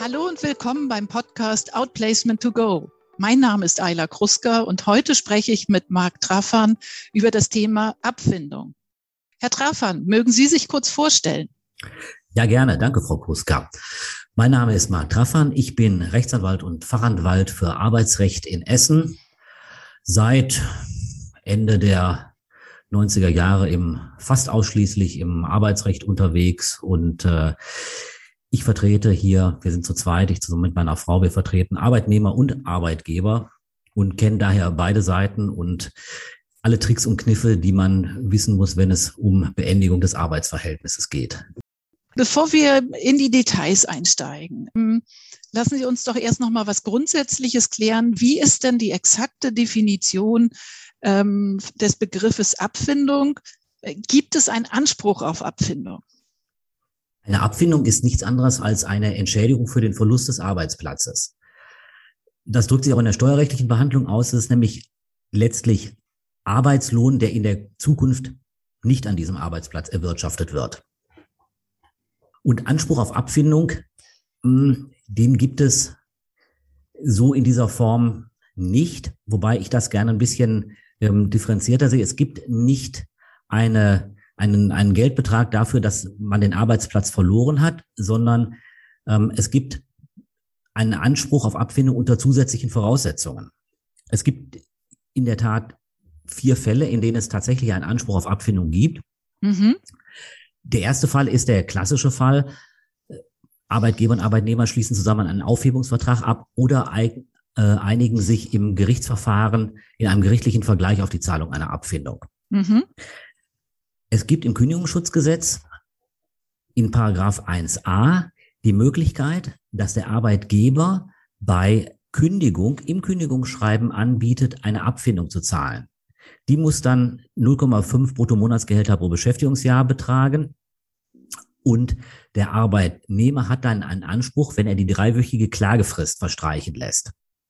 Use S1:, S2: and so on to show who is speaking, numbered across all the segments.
S1: Hallo und willkommen beim Podcast Outplacement to Go. Mein Name ist Ayla Kruska und heute spreche ich mit Marc Trafan über das Thema Abfindung. Herr Trafan, mögen Sie sich kurz vorstellen?
S2: Ja, gerne. Danke, Frau Kruska. Mein Name ist Marc Trafan. Ich bin Rechtsanwalt und Fachanwalt für Arbeitsrecht in Essen. Seit Ende der 90er Jahre fast ausschließlich im Arbeitsrecht unterwegs und ich vertrete hier, wir sind zu zweit, ich zusammen mit meiner Frau, wir vertreten Arbeitnehmer und Arbeitgeber und kennen daher beide Seiten und alle Tricks und Kniffe, die man wissen muss, wenn es um Beendigung des Arbeitsverhältnisses geht.
S1: Bevor wir in die Details einsteigen, lassen Sie uns doch erst noch mal was Grundsätzliches klären. Wie ist denn die exakte Definition des Begriffes Abfindung? Gibt es einen Anspruch auf Abfindung?
S2: Eine Abfindung ist nichts anderes als eine Entschädigung für den Verlust des Arbeitsplatzes. Das drückt sich auch in der steuerrechtlichen Behandlung aus. Das ist nämlich letztlich Arbeitslohn, der in der Zukunft nicht an diesem Arbeitsplatz erwirtschaftet wird. Und Anspruch auf Abfindung, den gibt es so in dieser Form nicht, wobei ich das gerne ein bisschen differenzierter sehe. Es gibt nicht einen Geldbetrag dafür, dass man den Arbeitsplatz verloren hat, sondern es gibt einen Anspruch auf Abfindung unter zusätzlichen Voraussetzungen. Es gibt in der Tat 4 Fälle, in denen es tatsächlich einen Anspruch auf Abfindung gibt. Mhm. Der erste Fall ist der klassische Fall. Arbeitgeber und Arbeitnehmer schließen zusammen einen Aufhebungsvertrag ab oder einigen sich im Gerichtsverfahren in einem gerichtlichen Vergleich auf die Zahlung einer Abfindung. Mhm. Es gibt im Kündigungsschutzgesetz in Paragraph 1a die Möglichkeit, dass der Arbeitgeber bei Kündigung im Kündigungsschreiben anbietet, eine Abfindung zu zahlen. Die muss dann 0,5 Bruttomonatsgehälter pro Beschäftigungsjahr betragen und der Arbeitnehmer hat dann einen Anspruch, wenn er die 3-wöchige Klagefrist verstreichen lässt.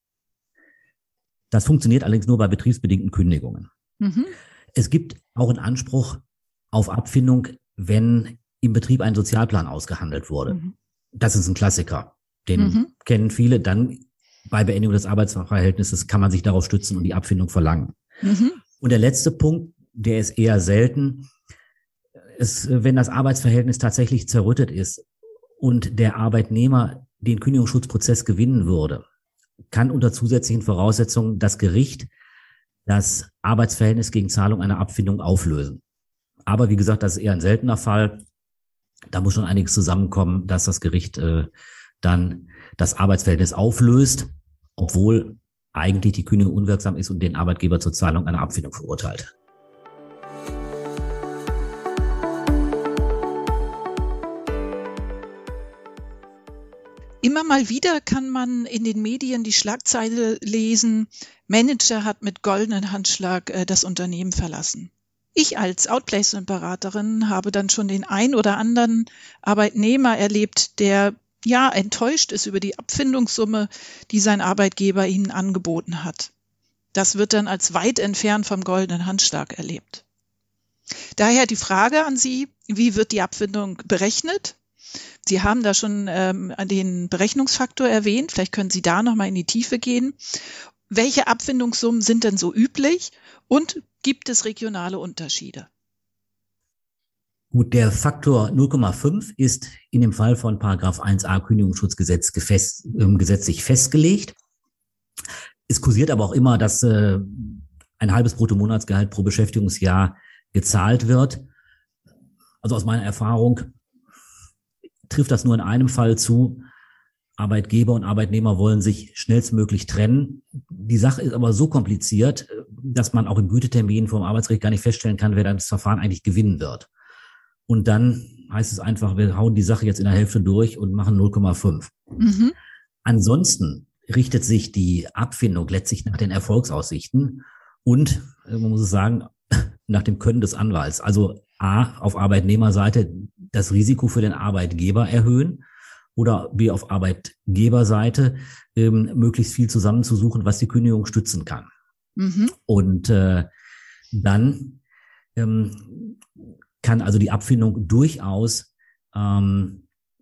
S2: Das funktioniert allerdings nur bei betriebsbedingten Kündigungen. Mhm. Es gibt auch einen Anspruch auf Abfindung, wenn im Betrieb ein Sozialplan ausgehandelt wurde. Mhm. Das ist ein Klassiker, den kennen viele. Dann bei Beendigung des Arbeitsverhältnisses kann man sich darauf stützen und die Abfindung verlangen. Mhm. Und der letzte Punkt, der ist eher selten, ist, wenn das Arbeitsverhältnis tatsächlich zerrüttet ist und der Arbeitnehmer den Kündigungsschutzprozess gewinnen würde, kann unter zusätzlichen Voraussetzungen das Gericht das Arbeitsverhältnis gegen Zahlung einer Abfindung auflösen. Aber wie gesagt, das ist eher ein seltener Fall. Da muss schon einiges zusammenkommen, dass das Gericht dann das Arbeitsverhältnis auflöst, obwohl eigentlich die Kündigung unwirksam ist und den Arbeitgeber zur Zahlung einer Abfindung verurteilt.
S1: Immer mal wieder kann man in den Medien die Schlagzeile lesen, Manager hat mit goldenen Handschlag das Unternehmen verlassen. Ich als Outplacement-Beraterin habe dann schon den ein oder anderen Arbeitnehmer erlebt, der enttäuscht ist über die Abfindungssumme, die sein Arbeitgeber ihnen angeboten hat. Das wird dann als weit entfernt vom goldenen Handschlag erlebt. Daher die Frage an Sie, wie wird die Abfindung berechnet? Sie haben da schon den Berechnungsfaktor erwähnt, vielleicht können Sie da nochmal in die Tiefe gehen. Welche Abfindungssummen sind denn so üblich und gibt es regionale Unterschiede?
S2: Gut, der Faktor 0,5 ist in dem Fall von Paragraph 1a Kündigungsschutzgesetz gesetzlich festgelegt. Es kursiert aber auch immer, dass ein halbes Bruttomonatsgehalt pro Beschäftigungsjahr gezahlt wird. Also aus meiner Erfahrung trifft das nur in einem Fall zu. Arbeitgeber und Arbeitnehmer wollen sich schnellstmöglich trennen. Die Sache ist aber so kompliziert, dass man auch im Gütetermin vom Arbeitsgericht gar nicht feststellen kann, wer dann das Verfahren eigentlich gewinnen wird. Und dann heißt es einfach, wir hauen die Sache jetzt in der Hälfte durch und machen 0,5. Mhm. Ansonsten richtet sich die Abfindung letztlich nach den Erfolgsaussichten und, man muss es sagen, nach dem Können des Anwalts. Also A, auf Arbeitnehmerseite das Risiko für den Arbeitgeber erhöhen oder B, auf Arbeitgeberseite möglichst viel zusammenzusuchen, was die Kündigung stützen kann. Mhm. Und dann kann also die Abfindung durchaus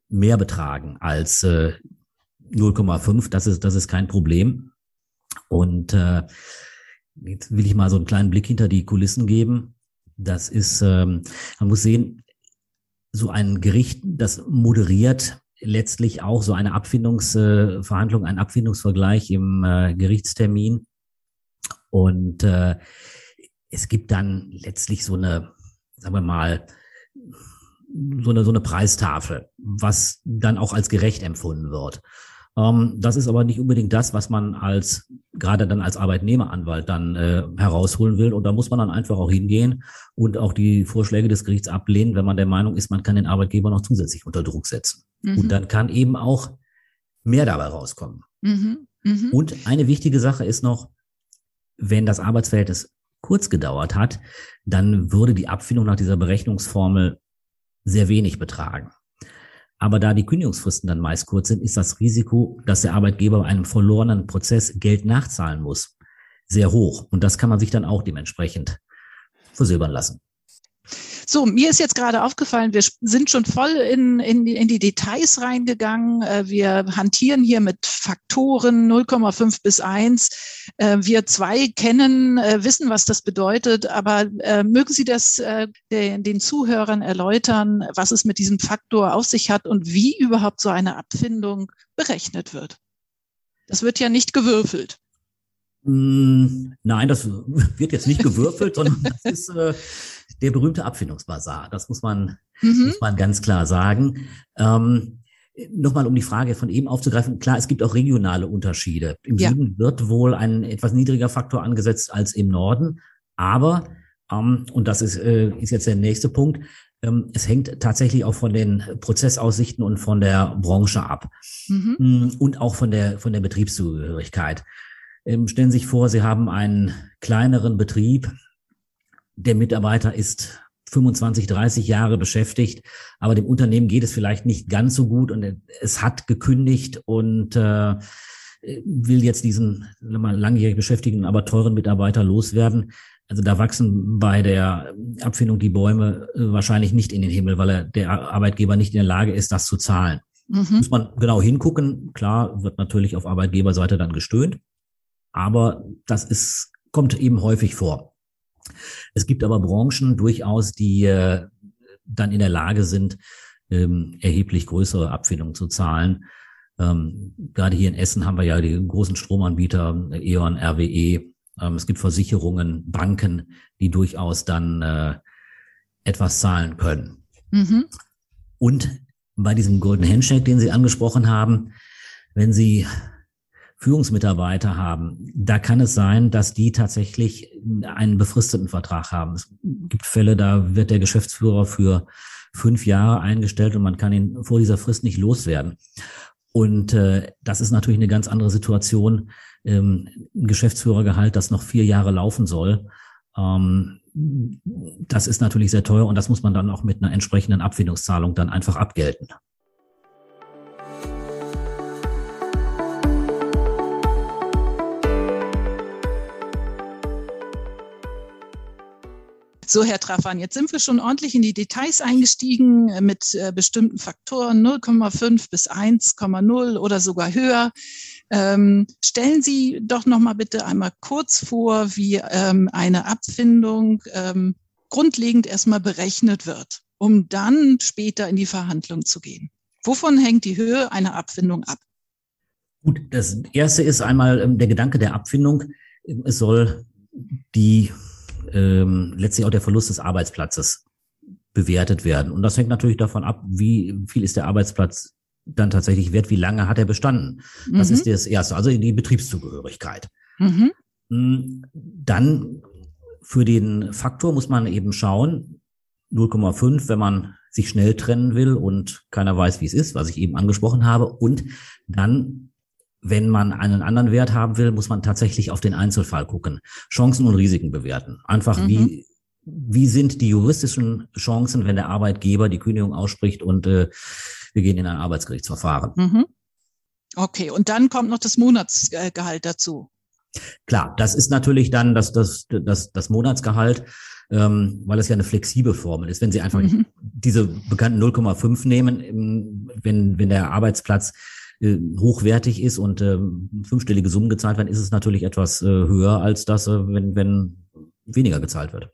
S2: mehr betragen als 0,5. Das ist kein Problem. Und jetzt will ich mal so einen kleinen Blick hinter die Kulissen geben. Das ist, man muss sehen, so ein Gericht, das moderiert letztlich auch so eine Abfindungsverhandlung, einen Abfindungsvergleich im Gerichtstermin. Und es gibt dann letztlich so eine, sagen wir mal, so eine Preistafel, was dann auch als gerecht empfunden wird. Das ist aber nicht unbedingt das, was man gerade dann als Arbeitnehmeranwalt dann herausholen will. Und da muss man dann einfach auch hingehen und auch die Vorschläge des Gerichts ablehnen, wenn man der Meinung ist, man kann den Arbeitgeber noch zusätzlich unter Druck setzen. Mhm. Und dann kann eben auch mehr dabei rauskommen. Mhm. Mhm. Und eine wichtige Sache ist noch, wenn das Arbeitsverhältnis kurz gedauert hat, dann würde die Abfindung nach dieser Berechnungsformel sehr wenig betragen. Aber da die Kündigungsfristen dann meist kurz sind, ist das Risiko, dass der Arbeitgeber bei einem verlorenen Prozess Geld nachzahlen muss, sehr hoch. Und das kann man sich dann auch dementsprechend versilbern lassen.
S1: So, mir ist jetzt gerade aufgefallen, wir sind schon voll in die Details reingegangen. Wir hantieren hier mit Faktoren 0,5 bis 1. Wir zwei kennen, wissen, was das bedeutet. Aber mögen Sie das den Zuhörern erläutern, was es mit diesem Faktor auf sich hat und wie überhaupt so eine Abfindung berechnet wird? Das wird ja nicht gewürfelt.
S2: Nein, das wird jetzt nicht gewürfelt, sondern das ist der berühmte Abfindungsbasar. Das muss man ganz klar sagen. Nochmal, um die Frage von eben aufzugreifen. Klar, es gibt auch regionale Unterschiede. Im Süden wird wohl ein etwas niedriger Faktor angesetzt als im Norden. Aber, und das ist jetzt der nächste Punkt, es hängt tatsächlich auch von den Prozessaussichten und von der Branche ab. Und auch von der Betriebszugehörigkeit. Stellen Sie sich vor, Sie haben einen kleineren Betrieb. Der Mitarbeiter ist 25, 30 Jahre beschäftigt, aber dem Unternehmen geht es vielleicht nicht ganz so gut und es hat gekündigt und will jetzt diesen langjährig beschäftigten, aber teuren Mitarbeiter loswerden. Also da wachsen bei der Abfindung die Bäume wahrscheinlich nicht in den Himmel, weil der Arbeitgeber nicht in der Lage ist, das zu zahlen. Muss man genau hingucken. Klar wird natürlich auf Arbeitgeberseite dann gestöhnt. Aber das kommt eben häufig vor. Es gibt aber Branchen durchaus, die dann in der Lage sind, erheblich größere Abfindungen zu zahlen. Gerade hier in Essen haben wir ja die großen Stromanbieter, E.ON, RWE. Es gibt Versicherungen, Banken, die durchaus dann etwas zahlen können. Mhm. Und bei diesem Golden Handshake, den Sie angesprochen haben, wenn Sie Führungsmitarbeiter haben, da kann es sein, dass die tatsächlich einen befristeten Vertrag haben. Es gibt Fälle, da wird der Geschäftsführer für 5 Jahre eingestellt und man kann ihn vor dieser Frist nicht loswerden. Und das ist natürlich eine ganz andere Situation. Ein Geschäftsführergehalt, das noch 4 Jahre laufen soll, das ist natürlich sehr teuer und das muss man dann auch mit einer entsprechenden Abfindungszahlung dann einfach abgelten.
S1: So, Herr Trafan, jetzt sind wir schon ordentlich in die Details eingestiegen mit bestimmten Faktoren 0,5 bis 1,0 oder sogar höher. Stellen Sie doch noch mal bitte einmal kurz vor, wie eine Abfindung grundlegend erstmal berechnet wird, um dann später in die Verhandlung zu gehen. Wovon hängt die Höhe einer Abfindung ab?
S2: Gut, das erste ist einmal der Gedanke der Abfindung. Es soll letztlich auch der Verlust des Arbeitsplatzes bewertet werden. Und das hängt natürlich davon ab, wie viel ist der Arbeitsplatz dann tatsächlich wert, wie lange hat er bestanden. Das ist das Erste, also die Betriebszugehörigkeit. Dann für den Faktor muss man eben schauen, 0,5, wenn man sich schnell trennen will und keiner weiß, wie es ist, was ich eben angesprochen habe. Und dann, wenn man einen anderen Wert haben will, muss man tatsächlich auf den Einzelfall gucken. Chancen und Risiken bewerten. Einfach wie sind die juristischen Chancen, wenn der Arbeitgeber die Kündigung ausspricht und wir gehen in ein Arbeitsgerichtsverfahren.
S1: Okay, und dann kommt noch das Monatsgehalt dazu.
S2: Klar, das ist natürlich dann das Monatsgehalt, weil es ja eine flexible Formel ist. Wenn Sie einfach diese bekannten 0,5 nehmen, wenn der Arbeitsplatz hochwertig ist und fünfstellige Summen gezahlt werden, ist es natürlich etwas höher als das, wenn weniger gezahlt wird.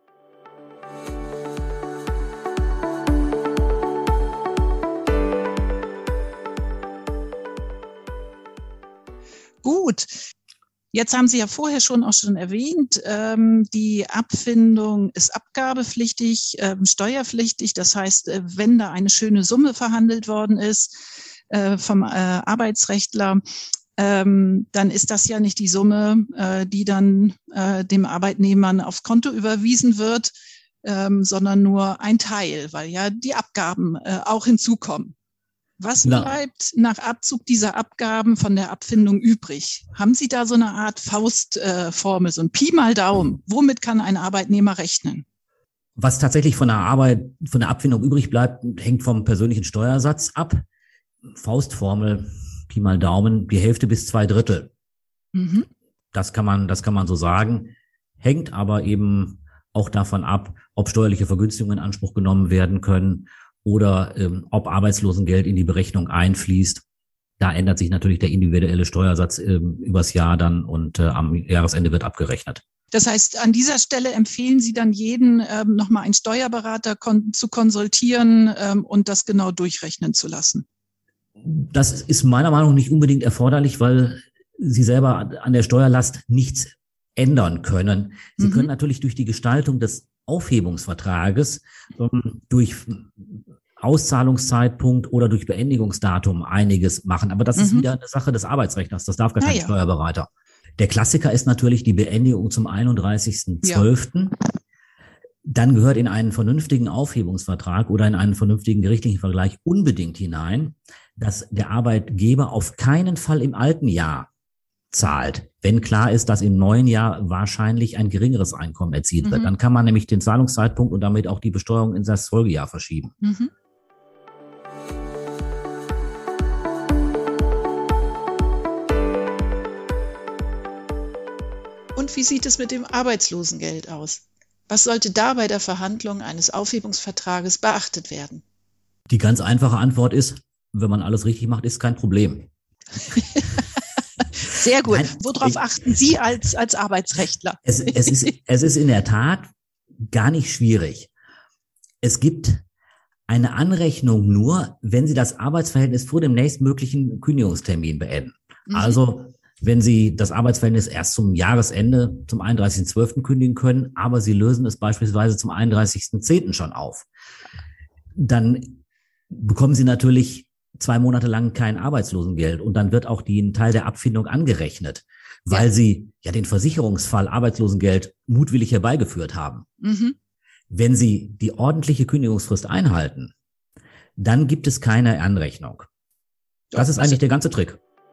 S1: Gut. Jetzt haben Sie ja vorher schon erwähnt, die Abfindung ist abgabepflichtig, steuerpflichtig. Das heißt, wenn da eine schöne Summe verhandelt worden ist vom Arbeitsrechtler, dann ist das ja nicht die Summe, die dann dem Arbeitnehmer aufs Konto überwiesen wird, sondern nur ein Teil, weil ja die Abgaben auch hinzukommen. Was bleibt nach Abzug dieser Abgaben von der Abfindung übrig? Haben Sie da so eine Art Faustformel, so ein Pi mal Daumen? Womit kann ein Arbeitnehmer rechnen?
S2: Was tatsächlich von der Abfindung übrig bleibt, hängt vom persönlichen Steuersatz ab. Faustformel, Pi mal Daumen, die Hälfte bis 2/3. Mhm. Das kann man so sagen. Hängt aber eben auch davon ab, ob steuerliche Vergünstigungen in Anspruch genommen werden können oder ob Arbeitslosengeld in die Berechnung einfließt. Da ändert sich natürlich der individuelle Steuersatz übers Jahr dann und am Jahresende wird abgerechnet.
S1: Das heißt, an dieser Stelle empfehlen Sie dann jeden, nochmal einen Steuerberater zu konsultieren und das genau durchrechnen zu lassen?
S2: Das ist meiner Meinung nach nicht unbedingt erforderlich, weil Sie selber an der Steuerlast nichts ändern können. Sie können natürlich durch die Gestaltung des Aufhebungsvertrages, durch Auszahlungszeitpunkt oder durch Beendigungsdatum einiges machen. Aber das ist wieder eine Sache des Arbeitsrechners. Das darf gar kein Steuerberater. Der Klassiker ist natürlich die Beendigung zum 31.12. Ja. Dann gehört in einen vernünftigen Aufhebungsvertrag oder in einen vernünftigen gerichtlichen Vergleich unbedingt hinein, dass der Arbeitgeber auf keinen Fall im alten Jahr zahlt, wenn klar ist, dass im neuen Jahr wahrscheinlich ein geringeres Einkommen erzielt wird. Dann kann man nämlich den Zahlungszeitpunkt und damit auch die Besteuerung in das Folgejahr verschieben.
S1: Und wie sieht es mit dem Arbeitslosengeld aus? Was sollte da bei der Verhandlung eines Aufhebungsvertrages beachtet werden?
S2: Die ganz einfache Antwort ist, wenn man alles richtig macht, ist kein Problem.
S1: Sehr gut. Worauf achten Sie als Arbeitsrechtler?
S2: Es ist in der Tat gar nicht schwierig. Es gibt eine Anrechnung nur, wenn Sie das Arbeitsverhältnis vor dem nächstmöglichen Kündigungstermin beenden. Also wenn Sie das Arbeitsverhältnis erst zum Jahresende, zum 31.12. kündigen können, aber Sie lösen es beispielsweise zum 31.10. schon auf, dann bekommen Sie natürlich 2 Monate lang kein Arbeitslosengeld und dann wird auch ein Teil der Abfindung angerechnet, weil Sie ja den Versicherungsfall Arbeitslosengeld mutwillig herbeigeführt haben. Wenn Sie die ordentliche Kündigungsfrist einhalten, dann gibt es keine Anrechnung. Das ist eigentlich der ganze Trick.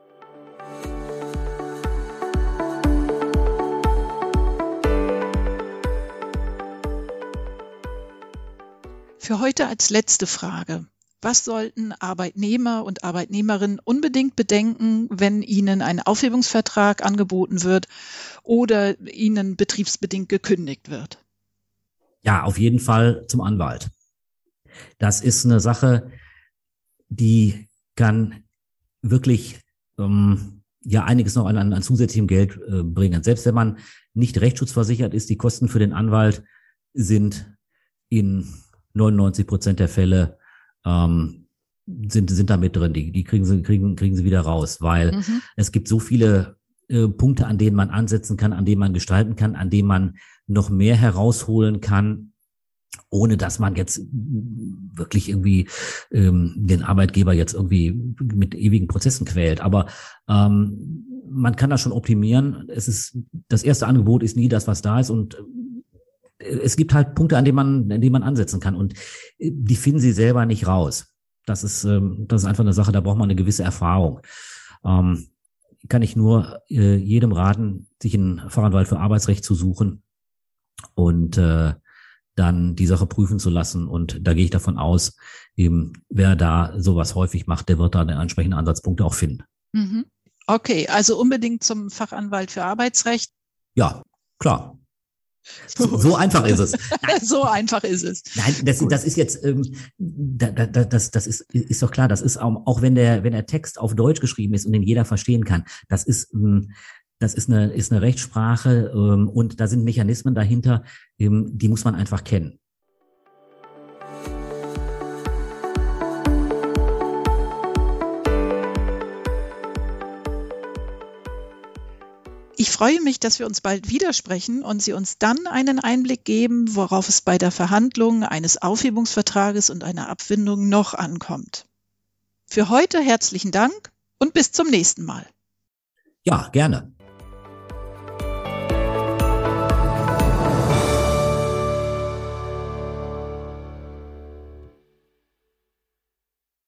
S1: Für heute als letzte Frage. Was sollten Arbeitnehmer und Arbeitnehmerinnen unbedingt bedenken, wenn ihnen ein Aufhebungsvertrag angeboten wird oder ihnen betriebsbedingt gekündigt wird?
S2: Ja, auf jeden Fall zum Anwalt. Das ist eine Sache, die kann wirklich einiges noch an zusätzlichem Geld bringen. Selbst wenn man nicht rechtsschutzversichert ist, die Kosten für den Anwalt sind in 99% der Fälle sind da mit drin. Die kriegen sie wieder raus, weil es gibt so viele Punkte, an denen man ansetzen kann, an denen man gestalten kann, an denen man noch mehr herausholen kann, ohne dass man jetzt wirklich irgendwie den Arbeitgeber jetzt irgendwie mit ewigen Prozessen quält. Aber man kann das schon optimieren. Das erste Angebot ist nie das, was da ist, und es gibt halt Punkte, an denen man ansetzen kann, und die finden Sie selber nicht raus. Das ist einfach eine Sache, da braucht man eine gewisse Erfahrung. Kann ich nur jedem raten, sich einen Fachanwalt für Arbeitsrecht zu suchen und dann die Sache prüfen zu lassen. Und da gehe ich davon aus, eben wer da sowas häufig macht, der wird da den entsprechenden Ansatzpunkte auch finden.
S1: Okay, also unbedingt zum Fachanwalt für Arbeitsrecht.
S2: Ja, klar. So einfach ist es. Nein.
S1: So einfach ist es.
S2: Nein, das ist jetzt, das ist doch klar. Das ist auch wenn der Text auf Deutsch geschrieben ist und den jeder verstehen kann. Das ist eine Rechtssprache, und da sind Mechanismen dahinter, die muss man einfach kennen.
S1: Ich freue mich, dass wir uns bald widersprechen und Sie uns dann einen Einblick geben, worauf es bei der Verhandlung eines Aufhebungsvertrages und einer Abfindung noch ankommt. Für heute herzlichen Dank und bis zum nächsten Mal.
S2: Ja, gerne.